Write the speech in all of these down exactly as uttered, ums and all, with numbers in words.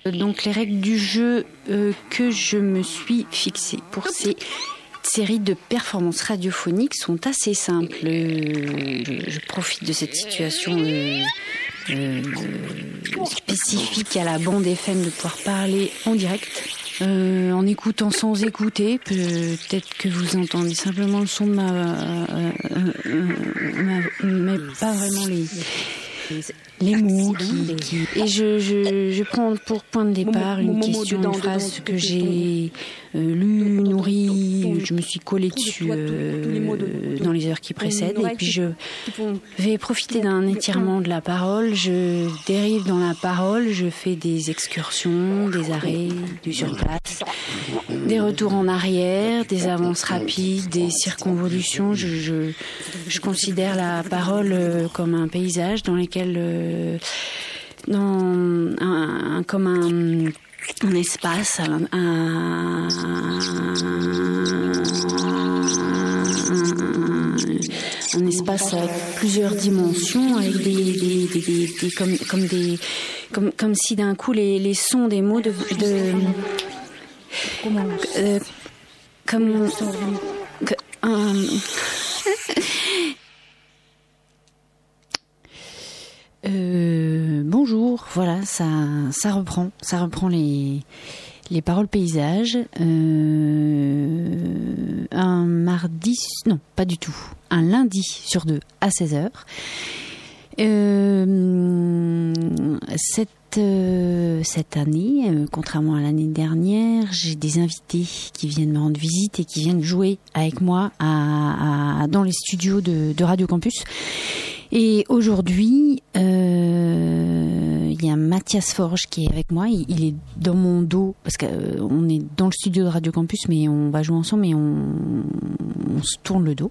Donc les règles du jeu euh, que je me suis fixées pour ces séries de performances radiophoniques sont assez simples. Euh, je, je profite de cette situation euh, euh, spécifique à la bande F M de pouvoir parler en direct. Euh, en écoutant sans écouter, peut-être que vous entendez simplement le son de ma, euh, euh, ma mais pas vraiment les les mots qui, qui... et je, je je prends pour point de départ une question, une phrase que j'ai euh, lue, nourrie, je me suis collée dessus euh, dans les heures qui précèdent, et puis je vais profiter d'un étirement de la parole, je dérive dans la parole, je fais des excursions, des arrêts, du surplace, des retours en arrière, des avances rapides, des circonvolutions. Je, je, je considère la parole comme un paysage dans lequel euh, dans un, un, comme un, un espace, un, un, un espace avec plusieurs dimensions, avec des, des, des, des, des comme, comme des comme, comme si d'un coup les, les sons des mots de, de euh, comme que, euh, Euh, bonjour, voilà, ça, ça reprend, ça reprend les, les paroles paysages. Euh, un mardi, non, pas du tout, un lundi sur deux à seize heures. Euh, cette, euh, cette année, euh, contrairement à l'année dernière, j'ai des invités qui viennent me rendre visite et qui viennent jouer avec moi à, à, dans les studios de, de Radio Campus. Et aujourd'hui, euh, il y a Mathias Forge qui est avec moi. Il, il est dans mon dos parce qu'on euh, est dans le studio de Radio Campus, mais on va jouer ensemble, mais on, on se tourne le dos.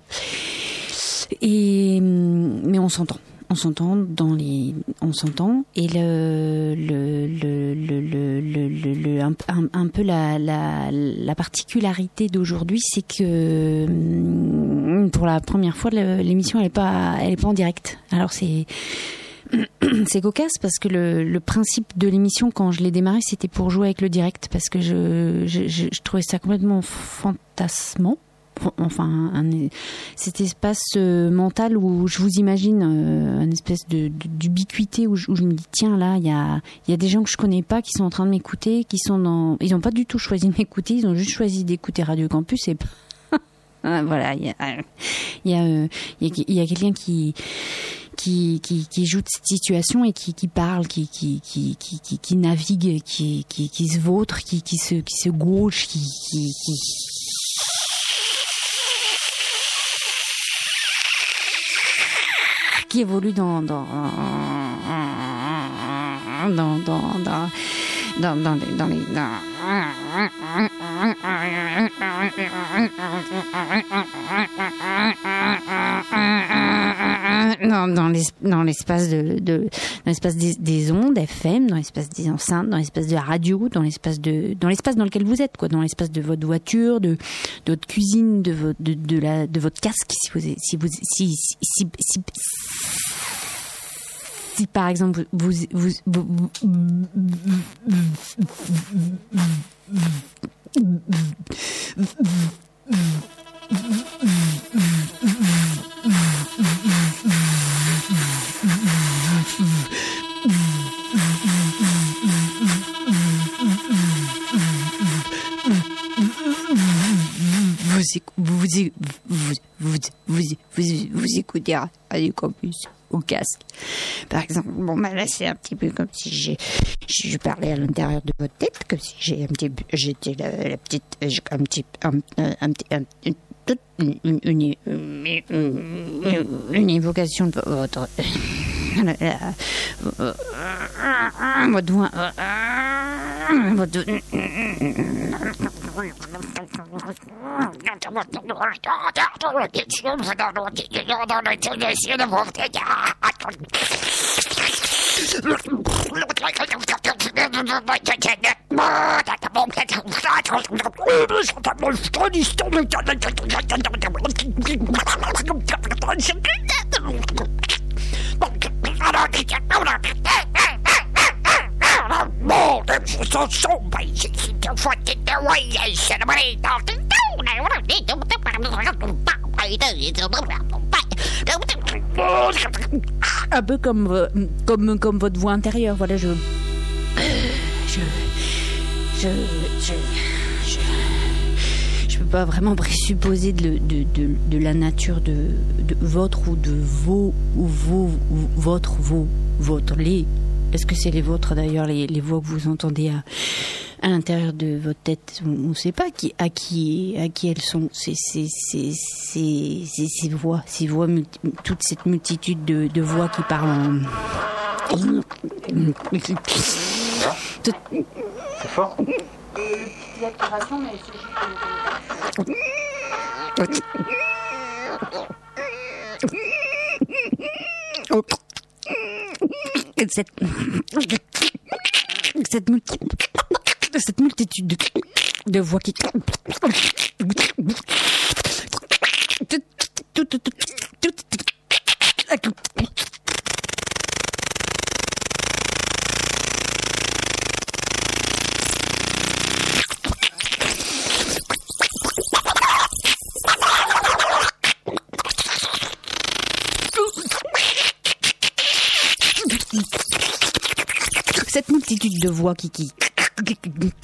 Et mais on s'entend. On s'entend dans les, on s'entend et le le le le le, le, le un, un, un peu la, la la particularité d'aujourd'hui, c'est que pour la première fois l'émission elle est pas elle est pas en direct. Alors c'est c'est cocasse parce que le, le principe de l'émission quand je l'ai démarré c'était pour jouer avec le direct, parce que je je, je, je trouvais ça complètement fantasmant. Enfin, un, cet espace euh, mental où je vous imagine euh, une espèce de, de d'ubiquité où je, où je me dis tiens là il y a il y a des gens que je connais pas qui sont en train de m'écouter, qui sont dans, ils ont pas du tout choisi de m'écouter, ils ont juste choisi d'écouter Radio Campus et voilà, il y a il y a il y a, il y a quelqu'un qui qui qui qui joue de cette situation et qui qui parle, qui qui qui qui qui, qui navigue, qui qui qui se vautre, qui qui se qui se gauche, qui qui qui qui évolue dans dans dans dans dans dans dans, dans les dans les dans dans, dans, l'es, dans l'espace de, de dans l'espace des, des ondes F M, dans l'espace des enceintes, dans l'espace de la radio, dans l'espace de dans l'espace dans lequel vous êtes, quoi, dans l'espace de votre voiture, de, de votre cuisine, de votre de, de la de votre casque, si vous si vous si si si, si, si par exemple vous vous, vous, vous vous, vous, vous, vous, vous, vous, vous écoutez Radio Campus au casque. Par exemple, bon, bah là, c'est un petit peu comme si j'ai, je parlais à l'intérieur de votre tête, comme si j'ai un petit, j'étais la, la petite, un petit, un, un petit, un, une, une, une, une, une évocation de votre, votre doigt, votre Un peu comme, comme, comme votre voix intérieure, voilà, je... Je... Je... Je... Je, je peux pas vraiment présupposer de, de, de, de la nature de, de votre ou de vos, ou vos, ou votre, vos, votre, les... Est-ce que c'est les vôtres d'ailleurs, les, les voix que vous entendez à, à l'intérieur de votre tête? On ne sait pas qui, à, qui, à qui elles sont. C'est, c'est, c'est, c'est, c'est ces voix, ces voix, multi, toute cette multitude de, de voix qui parlent en... C'est fort. Cette, cette, multi, cette multitude de, de voix qui... Cette multitude de voix qui qui qui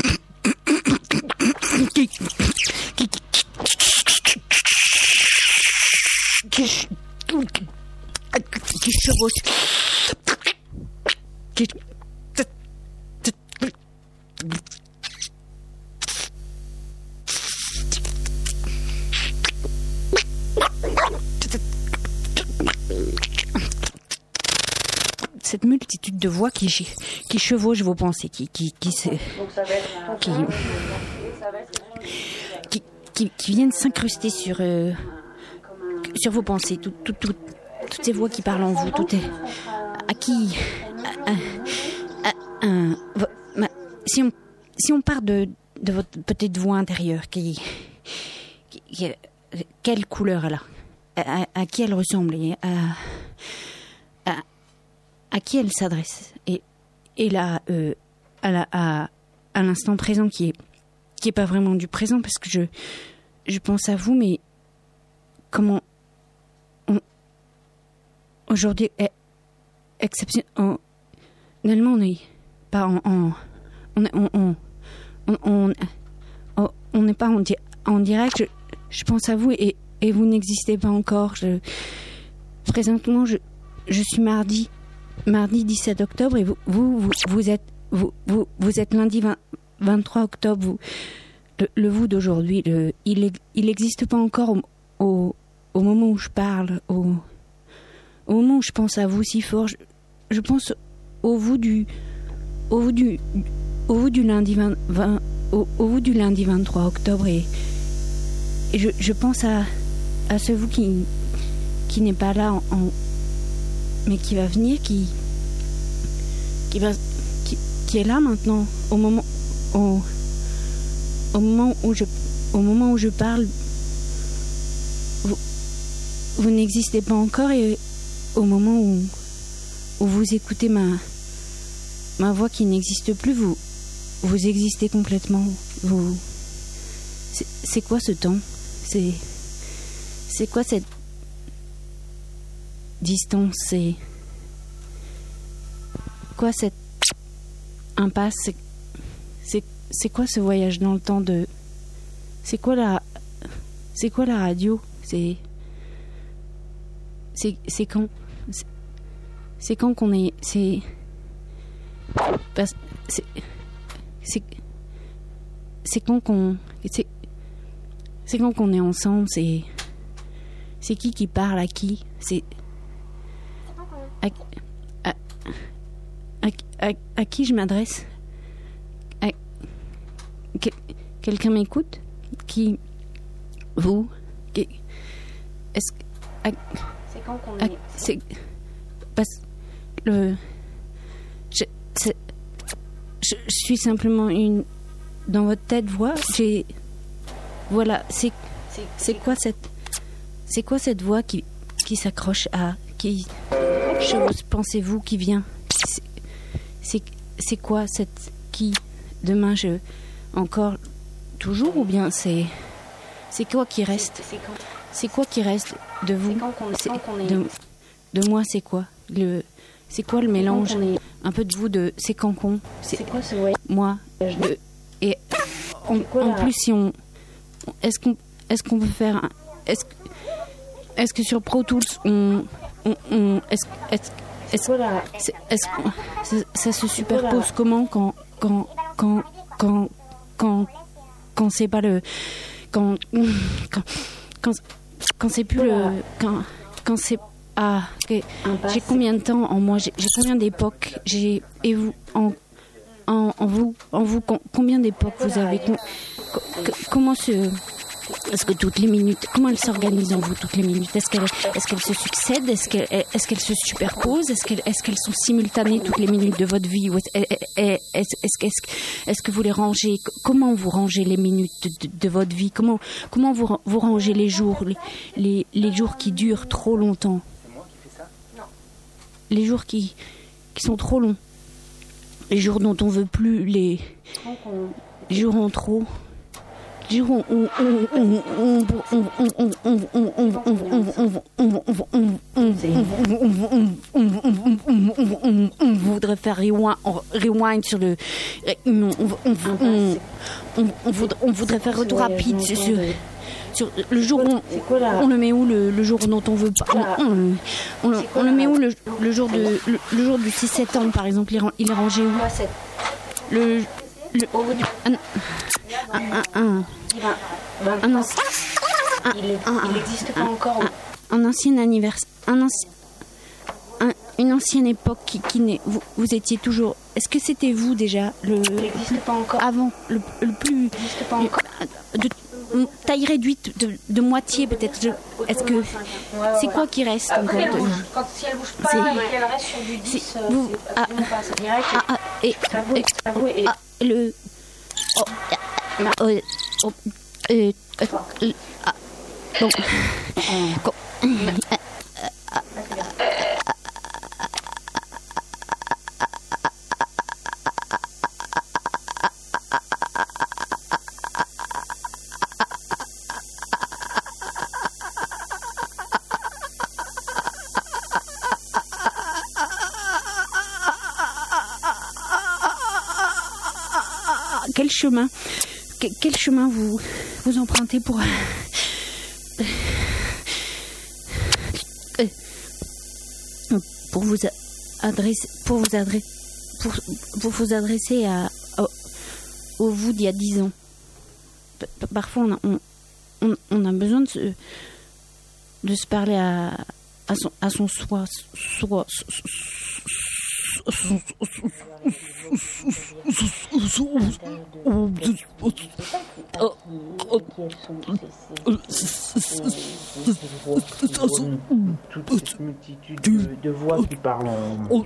qui qui qui chevauche qui cette multitude de voix qui, qui chevauchent vos pensées, qui, qui, qui, qui, qui, qui, qui viennent s'incruster sur, euh, sur vos pensées, tout, tout, tout, toutes ces voix qui parlent en vous, tout est, à qui, à, à, à, à, si on, si on part de, de votre petite voix intérieure, qui, qui, qui quelle couleur elle a, à, à, à qui elle ressemble, et à, à à qui elle s'adresse, et, et là, euh, à, la, à, à l'instant présent qui est, qui est pas vraiment du présent, parce que je, je pense à vous, mais comment on, aujourd'hui, exceptionnellement, on est pas en, en on, on, on, on, on, on n'est pas en, di- en direct, je, je pense à vous, et, et vous n'existez pas encore. Je, présentement, je, je suis mardi, Mardi dix-sept octobre, et vous, vous, vous, vous êtes, vous, vous, vous êtes lundi vingt, vingt-trois octobre. Vous, le, le vous d'aujourd'hui, le, il, il n'existe pas encore au, au, au moment où je parle, au, au moment où je pense à vous si fort. Je, je pense au vous du, au vous du, au vous du lundi vingt, vingt, au, au vous du lundi vingt-trois octobre, et, et je, je pense à, à ce vous qui, qui n'est pas là en, en mais qui va venir, qui qui va qui, qui est là maintenant, au moment au, au moment où je au moment où je parle, vous, vous n'existez pas encore, et au moment où où vous écoutez ma ma voix qui n'existe plus, vous vous existez complètement. Vous c'est, c'est quoi ce temps? C'est c'est quoi cette distance? C'est quoi cette impasse? C'est, c'est, c'est quoi ce voyage dans le temps de... C'est quoi la... C'est quoi la radio? C'est... C'est, c'est quand? C'est, c'est quand qu'on est... C'est... Parce, c'est... C'est... C'est quand qu'on... C'est... C'est quand qu'on est ensemble, c'est... C'est qui qui parle à qui? C'est... À, à, à, à, à qui je m'adresse? À, que, quelqu'un m'écoute? Qui? Vous? Qui, est-ce à, c'est quand qu'on est... C'est... Parce... Le... Je, c'est, je, je suis simplement une... Dans votre tête, voix, j'ai... Voilà, c'est... C'est, c'est quoi cette... C'est quoi cette voix qui, qui s'accroche à... Qui... Chose, pensez-vous, qui vient? C'est, c'est, c'est quoi cette... Qui... demain, je encore toujours ou bien c'est c'est quoi qui reste? C'est quoi qui reste de vous? C'est, de, de moi, c'est quoi le c'est quoi le mélange un peu de vous de c'est cancon? C'est, c'est quoi ce ouais. Moi de, et en, quoi, en plus si on est-ce qu'on est-ce qu'on peut faire un, est-ce est-ce que sur Pro Tools on on, on est-ce est-ce est-ce, est-ce, est-ce ça, ça se superpose comment quand quand quand quand quand quand c'est pas le quand quand quand, quand c'est plus le quand quand c'est ah okay. J'ai combien de temps en moi, j'ai, j'ai combien d'époques j'ai et vous en en, en vous en vous combien d'époques vous avez com, com, comment se est-ce que toutes les minutes, comment elles s'organisent en vous toutes les minutes? Est-ce qu'elles, est-ce qu'elles se succèdent? Est-ce qu'elles, est-ce qu'elles se superposent? Est-ce qu'elles, est-ce qu'elles sont simultanées toutes les minutes de votre vie? Ou est-ce, est-ce, est-ce, est-ce, est-ce que vous les rangez? Comment vous rangez les minutes de, de, de votre vie? Comment, comment vous, vous rangez les jours, les, les, les jours qui durent trop longtemps? C'est moi qui fais ça? Non. Les jours qui, qui sont trop longs. Les jours dont on veut plus, les, les jours en trop. On voudrait faire rewind, rewind sur le. On, on, on, on, voudrait, on voudrait faire retour rapide sur, sur le jour où on, on le met où le, le jour dont on veut pas. On, on, on, on le met où le, le jour de le, le jour du six sept ans par exemple, il est, il est rangé où? Le le un un un un ancien, il n'existe pas encore. Un, un ancien anniversaire, un ancien, un, une ancienne époque qui, qui n'est. Vous, vous étiez toujours. Est-ce que c'était vous déjà le? Il n'existe pas encore. Avant, le, le plus. Il n'existe pas encore. De taille réduite, de, de moitié peut-être. Je, est-ce que ouais, ouais, c'est quoi qui reste? Après, elle bouge. Quand si elle bouge pas, et qu'elle reste sur du dix, c'est, vous, c'est ah, pas ça. Direct. Ah, ah, et, ça vaut, et, ça vaut, et ah, le. Oh, oh, oh, euh, euh, ah, bon. Bon. Quel chemin, quel chemin vous, vous empruntez pour, pour vous adresser, pour vous adresser, pour, pour vous adresser à, au, au vous d'il y a dix ans. Parfois, on a, on, on, on a besoin de se, de se parler à, à son, à son soi, soi, toute cette multitude de, de voix qui parlent en...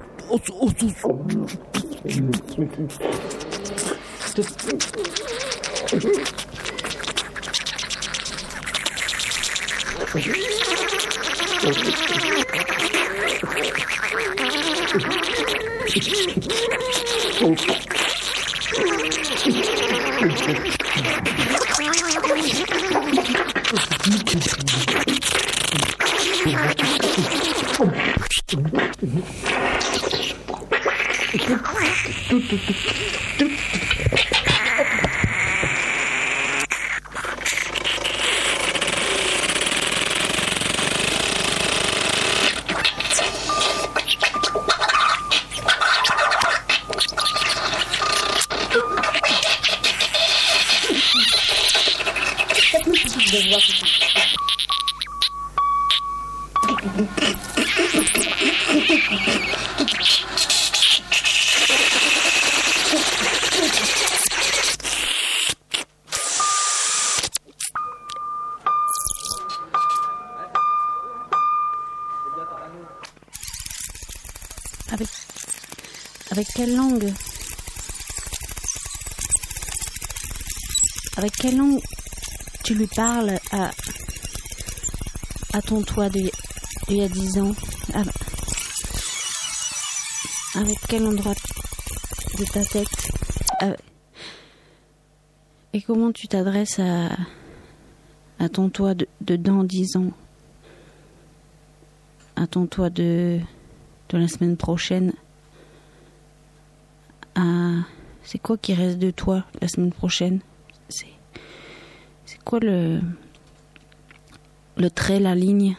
Avec, avec quelle langue Avec quelle langue tu lui parles à, à ton toi d'il y a dix ans? Avec quel endroit de ta tête? Avec, et comment tu t'adresses à, à ton toi de, de dans dix ans, à ton toi de, de la semaine prochaine, à, c'est quoi qui reste de toi la semaine prochaine? C'est, c'est quoi le, le trait, la ligne?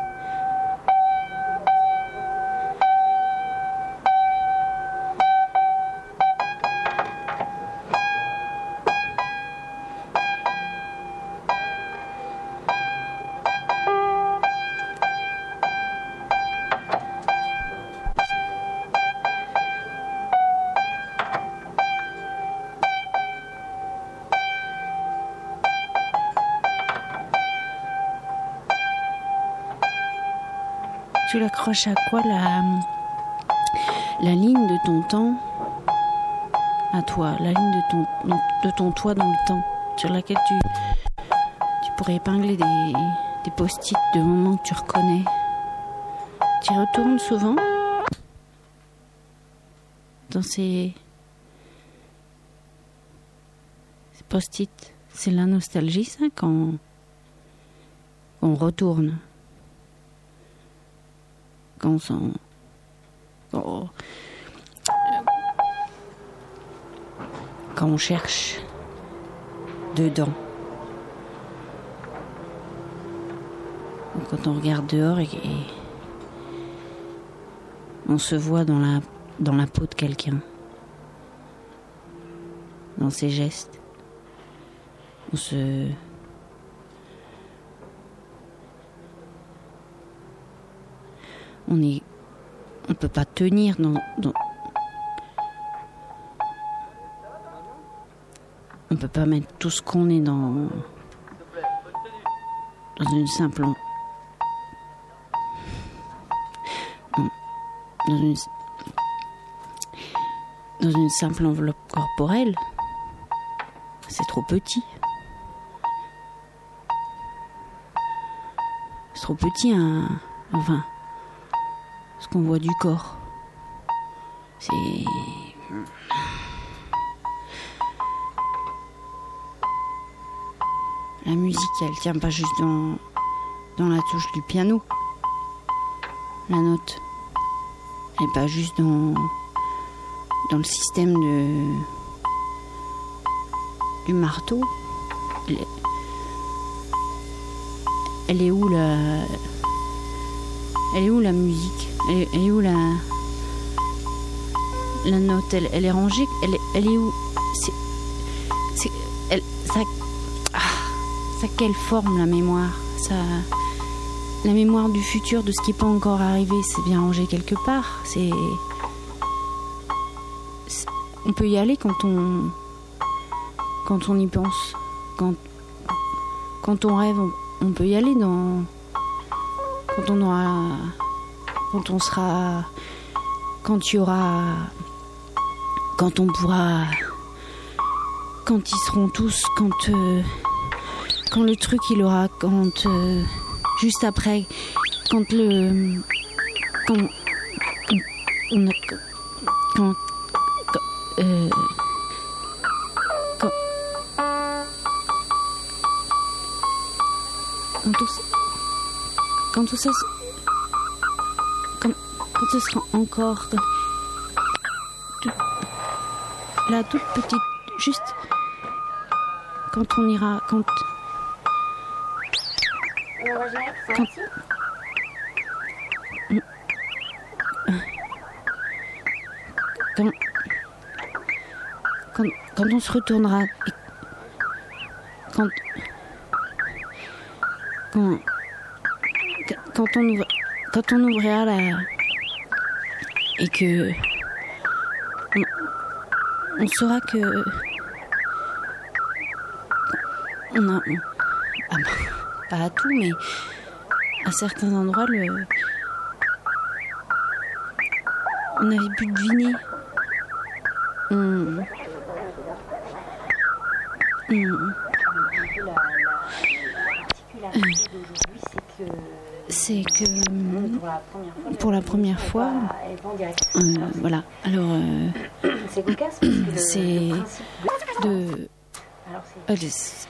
Tu l'accroches à quoi la, la ligne de ton temps à toi, la ligne de ton, de ton toi dans le temps, sur laquelle tu, tu pourrais épingler des, des post-it de moments que tu reconnais. Tu y retournes souvent dans ces, ces post-it. C'est la nostalgie, ça, quand on retourne. Quand on s'en... Quand... quand on cherche dedans. Ou quand on regarde dehors et, et on se voit dans la, dans la peau de quelqu'un. Dans ses gestes. On se... On est, on peut pas tenir dans, dans, on peut pas mettre tout ce qu'on est dans, dans une simple, dans une, dans une simple enveloppe corporelle. C'est trop petit. C'est trop petit, hein, enfin. Ce qu'on voit du corps, c'est la musique. Elle tient pas juste dans dans la touche du piano. La note, elle est pas juste dans dans le système de du marteau. Elle est, elle est où la elle est où la musique? Elle est, elle est où la la note? Elle, elle est rangée. Elle est, elle est où? C'est, c'est, elle, ça, ah, ça quelle forme la mémoire? Ça, la mémoire du futur, de ce qui n'est pas encore arrivé, c'est bien rangé quelque part. C'est, c'est, on peut y aller quand on, quand on y pense. Quand, quand on rêve, on, on peut y aller dans, quand on aura. Quand on sera, quand il y aura, quand on pourra, quand ils seront tous, quand, euh, quand le truc il aura, quand euh, juste après, quand le, quand, quand on a, quand, quand, euh, quand, quand tout, quand tout ça. Quand ce sera encore tout, la toute petite, juste quand on ira, quand quand, quand, quand, quand on se retournera, quand quand quand on ouvre, quand on ouvrira la et que on, on saura que on a on, ah, pas à tout mais à certains endroits le on avait pu deviner on, on, c'est que pour la première fois, euh, voilà. Alors, euh, c'est de Euh, les-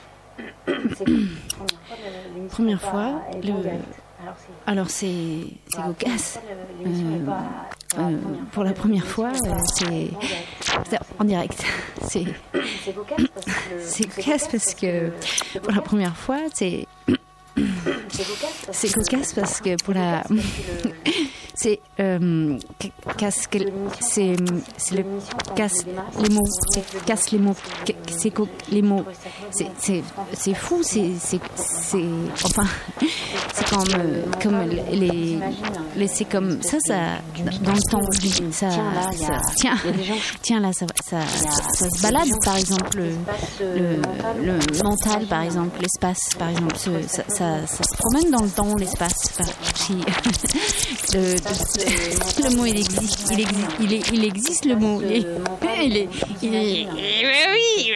Première fois, le... alors c'est c'est cocasse. Euh, euh, pour la première fois, euh, c'est c'est en direct. C'est c'est cocasse parce que pour la première fois, c'est c'est cocasse parce que pour la c'est euh, casse c'est c'est le casse les mots c'est casse les mots c'est co- les mots c'est c'est c'est fou c'est c'est c'est enfin c'est comme comme les les c'est comme ça ça dans le temps ça ça tiens tiens là ça ça ça se balade par exemple le le mental par exemple l'espace par exemple ça ça ça se promène dans le temps l'espace par si le le mot il existe il existe il, est, il existe le mot il est il est il est oui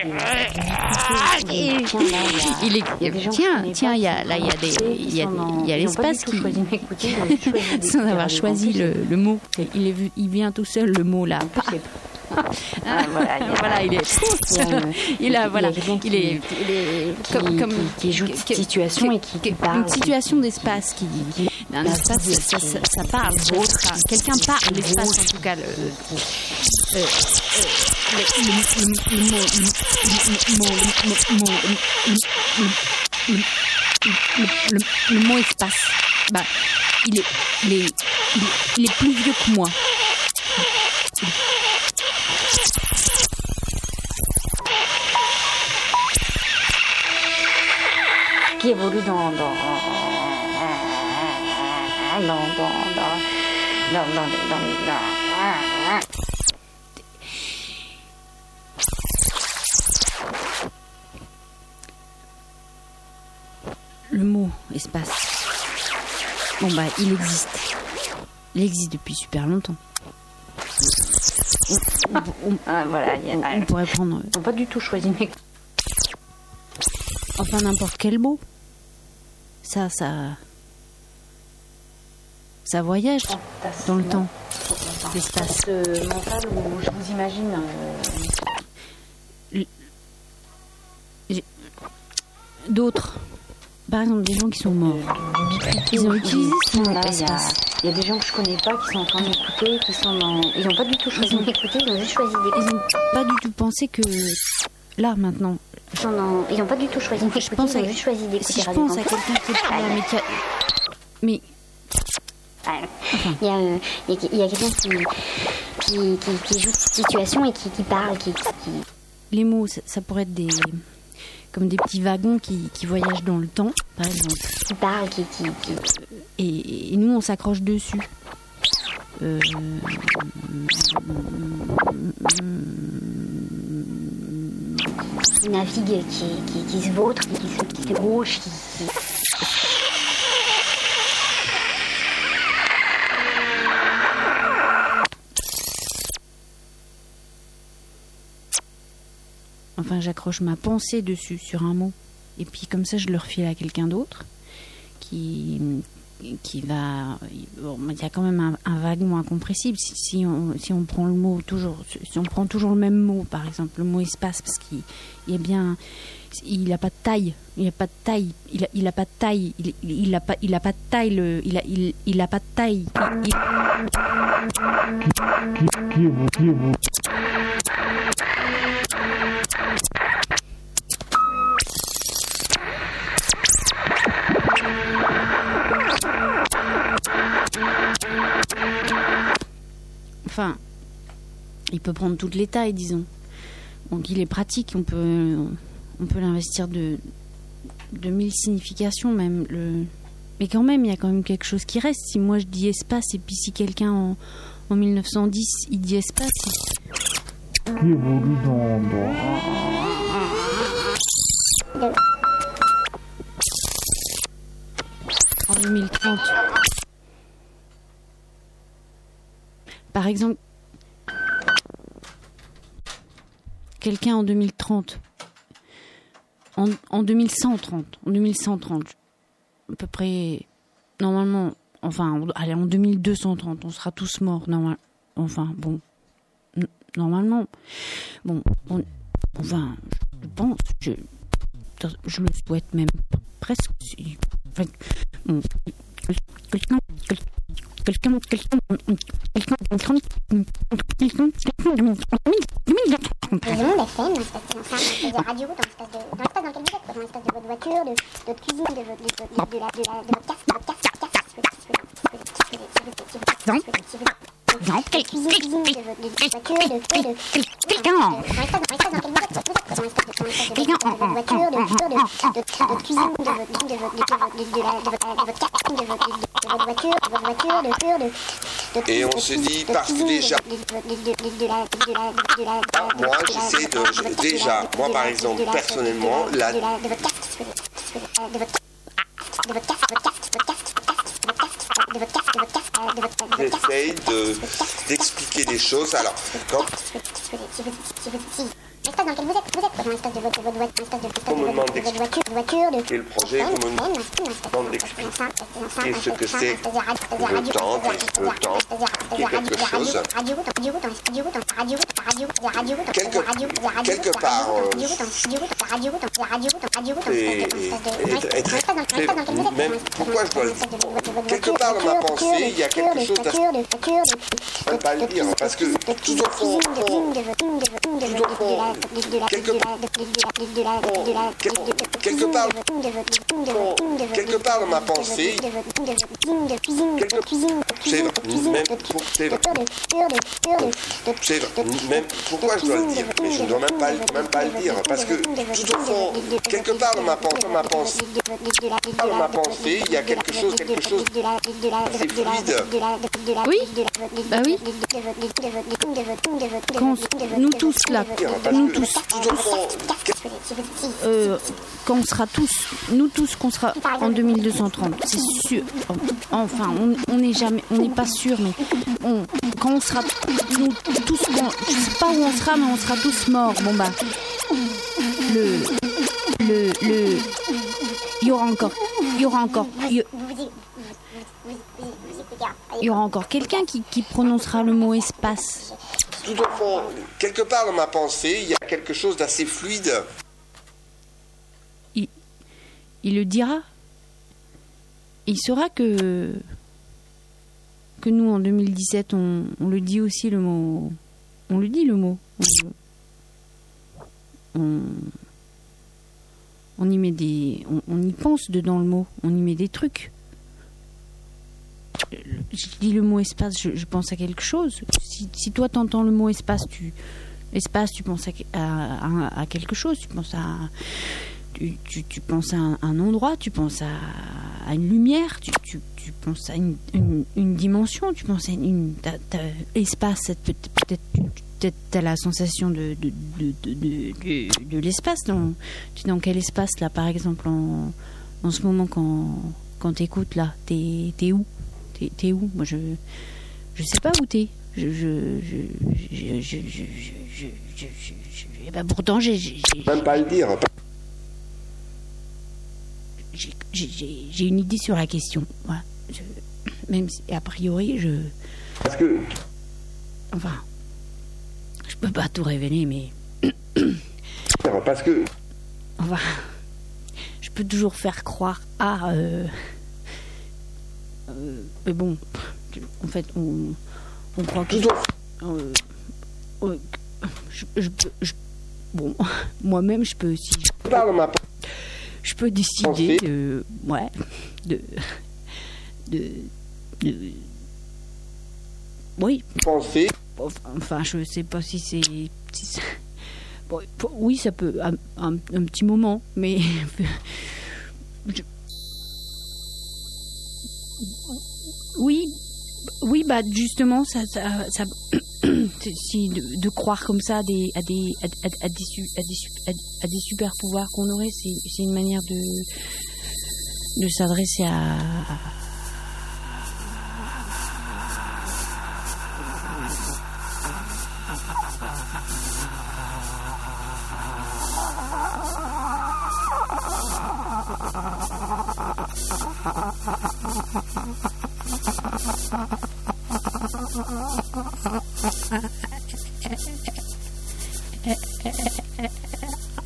il est tiens tiens il y a là il y a des il y a il y a l'espace qui sans avoir choisi le le mot il est vu il vient tout seul le mot là Ah, voilà, il, voilà, il est. Il a, voilà, il est. Comme, comme qui joue de situation et qui, qui parle. Une situation d'espace qui. Un espace, ça, ça, ça parle. Enfin, quelqu'un parle l'espace en tout cas. Le, euh, le, le, le mot, le mot, le, le, le mot espace. Bah, il est, il est, il est, il est plus vieux que moi. Qui évolue dans dans dans dans dans dans dans dans le mot espace. Bon bah il existe. Il existe depuis super longtemps. On, on, ah, voilà, y a, on, on pourrait prendre. Ils n'ont pas du tout choisi mais. Enfin n'importe quel mot. Ça, ça, ça voyage dans le temps, l'espace. Ce mental où je vous imagine. Euh... Le... D'autres, par exemple des gens qui sont morts, ils ont utilisé ce mot espace. Il y a des gens que je connais pas qui sont en train d'écouter, qui sont dans. Ils n'ont pas du tout choisi d'écouter, ils ont juste choisi d'écouter. Ils n'ont pas du tout pensé que là maintenant. Non, non, ils n'ont pas du tout choisi d'écouter, je pense ils ont à, juste choisi d'écouter. Si je pense à quelqu'un qui est là, mais qui a... Mais... Enfin. Il y a, euh, il y a, il y a quelqu'un qui, qui, qui, qui joue de situation et qui, qui parle, qui, qui... Les mots, ça, ça pourrait être des... comme des petits wagons qui, qui voyagent dans le temps, par exemple. Qui parlent, qui... qui, qui... Et, et nous, on s'accroche dessus. Euh... Qui navigue, qui, qui, qui se vautre, qui se, qui se gauche, qui... qui... Enfin, j'accroche ma pensée dessus, sur un mot. Et puis comme ça, je le refile à quelqu'un d'autre qui... qui va... Bon, il y a quand même un, un wagon incompressible. Si, si, on, si on prend le mot toujours... Si on prend toujours le même mot, par exemple, le mot espace, parce qu'il il est bien... Il n'a pas de taille. Il n'a pas de taille. Il a, il a pas de taille. Il, il, il a pas, il a pas de taille. Le, il a, il, il a pas de taille. Il, il... Enfin, il peut prendre toutes les tailles, disons. Donc il est pratique, on peut, on peut l'investir de, de mille significations même. Le... Mais quand même, il y a quand même quelque chose qui reste. Si moi je dis espace, et puis si quelqu'un en, en mille neuf cent dix, il dit espace... Il évolue dans... En deux mille trente... Par exemple, quelqu'un en deux mille trente, en, en deux mille cent trente, en deux mille cent trente, à peu près, normalement, enfin, allez, en deux mille deux cent trente, on sera tous morts, normal, enfin, bon, n- normalement, bon, on, enfin, je pense, je, je le souhaite même presque. Enfin, bon, quelqu'un, quelqu'un, quelqu'un, quelqu'un, quelqu'un, quelqu'un, quelqu'un, Le monde F M, dans l'espace de radio, dans l'espace de, dans l'espace dans lequel vous êtes, dans l'espace de votre voiture, de, de votre cuisine, de, votre, de, de, de, la, de, la, de votre casque, de votre casque, de votre casque, non, non, cuisine, cuisine, de votre voiture, de, de, quelqu'un, dans l'espace dans lequel vous êtes, dans l'espace de, dans l'espace de votre voiture, de, de, de, de votre cuisine, de votre, de votre, de votre, de la, de votre, de votre casque, de votre, de votre voiture, de votre voiture, de, de, de, Et on se dit, parce que déjà, moi j'essaie de, déjà, moi par exemple, personnellement, la, j'essaie de, d'expliquer les choses. Alors, quand l'espace dans lequel vous êtes, vous êtes dans l'espace de votre voiture, on me demande de votre voiture, de d'expliquer le projet, on me demande d'expliquer ce que c'est le temps, le temps, qui est quelque chose. Quelque, quelque part, euh, et, et, et, et, même, pourquoi je dois le dire? Quelque part dans ma pensée, il y a quelque chose d'assez... Je ne peux pas le dire, parce que tout au fond, on, tout au fond, quelque, quelque part, quelque part dans ma pensée, quelque, c'est même, pour, c'est c'est même, pourquoi je dois le dire? Mais je ne dois même pas, même pas le dire, parce que tout au fond, quelque part dans ma pensée, ma pensée, dans ma pensée, il y a quelque chose, quelque chose d'assez fluide. Oui, bah oui. Quand nous tous là, nous tous, euh, quand on sera tous, nous tous qu'on sera en deux mille deux cent trente, c'est sûr. Enfin, on n'est jamais, on n'est pas sûr, mais on, quand on sera nous, tous, bon, je sais pas où on sera, mais on sera tous morts. Bon bah, le, le, le, il y aura encore, il y aura encore, il y aura encore quelqu'un qui, qui prononcera le mot espace. Tout au fond, quelque part dans ma pensée, il y a quelque chose d'assez fluide. Il, il le dira. Il saura que que nous en deux mille dix-sept, on, on le dit aussi le mot. On le dit le mot. On, on, on y met des, on, on y pense dedans le mot. On y met des trucs. Je dis le mot espace, je, je pense à quelque chose. Si, si toi t'entends le mot espace, tu espace, tu penses à, à, à, à quelque chose. Tu penses à tu, tu, tu penses à un, un endroit, tu penses à, à une lumière, tu, tu, tu penses à une, une, une dimension, tu penses à une, une t'as, t'as, espace. Peut-être, peut-être, peut-être t'as la sensation de de de de, de, de, de l'espace. Dans, tu es dans quel espace là, par exemple, en, en ce moment quand quand t'écoutes là, t'es t'es où? T'es, t'es où? Moi, je je sais pas où t'es. Je je je je je je je je je je ben pourtant j'ai j'ai même pas le dire. J'ai j'ai j'ai une idée sur la question. Voilà. Je, même si a priori je. Parce que. Enfin, je peux pas tout révéler, mais. Parce que. Enfin, je peux toujours faire croire à. Euh, Euh, mais bon, en fait, on, on croit que... Euh, euh, je, je, je, bon, moi-même, je peux aussi... Je, je peux décider de... Ouais, de... De... de oui. Penser. Enfin, je sais pas si c'est... Si c'est bon, oui, ça peut... Un, un, un petit moment, mais... je, Oui, oui, bah justement, ça, ça, ça si de, de croire comme ça à des, à des, à, à, à des, à des, à des super pouvoirs qu'on aurait, c'est, c'est une manière de, de s'adresser à,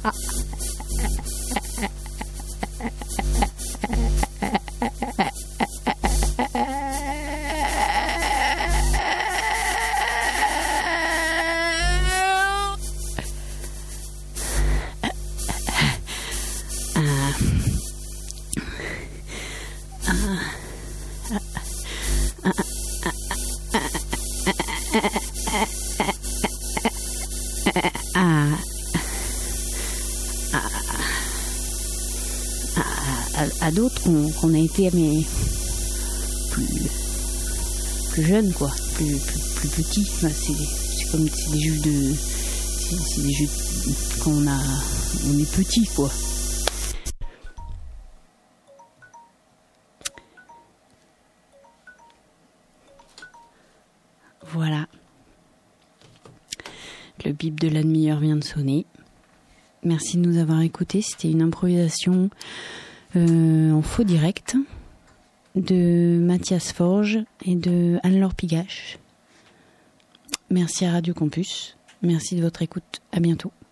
à, à, à, à d'autres qu'on, qu'on a été mais plus, plus jeunes quoi, plus, plus, plus petits. Enfin, c'est, c'est comme c'est des jeux de c'est, c'est des jeux quand on a on est petit quoi. Voilà. Le bip de la demi-heure vient de sonner. Merci de nous avoir écoutés. C'était une improvisation euh, en faux direct de Mathias Forge et de Anne-Laure Pigache. Merci à Radio Campus. Merci de votre écoute. À bientôt.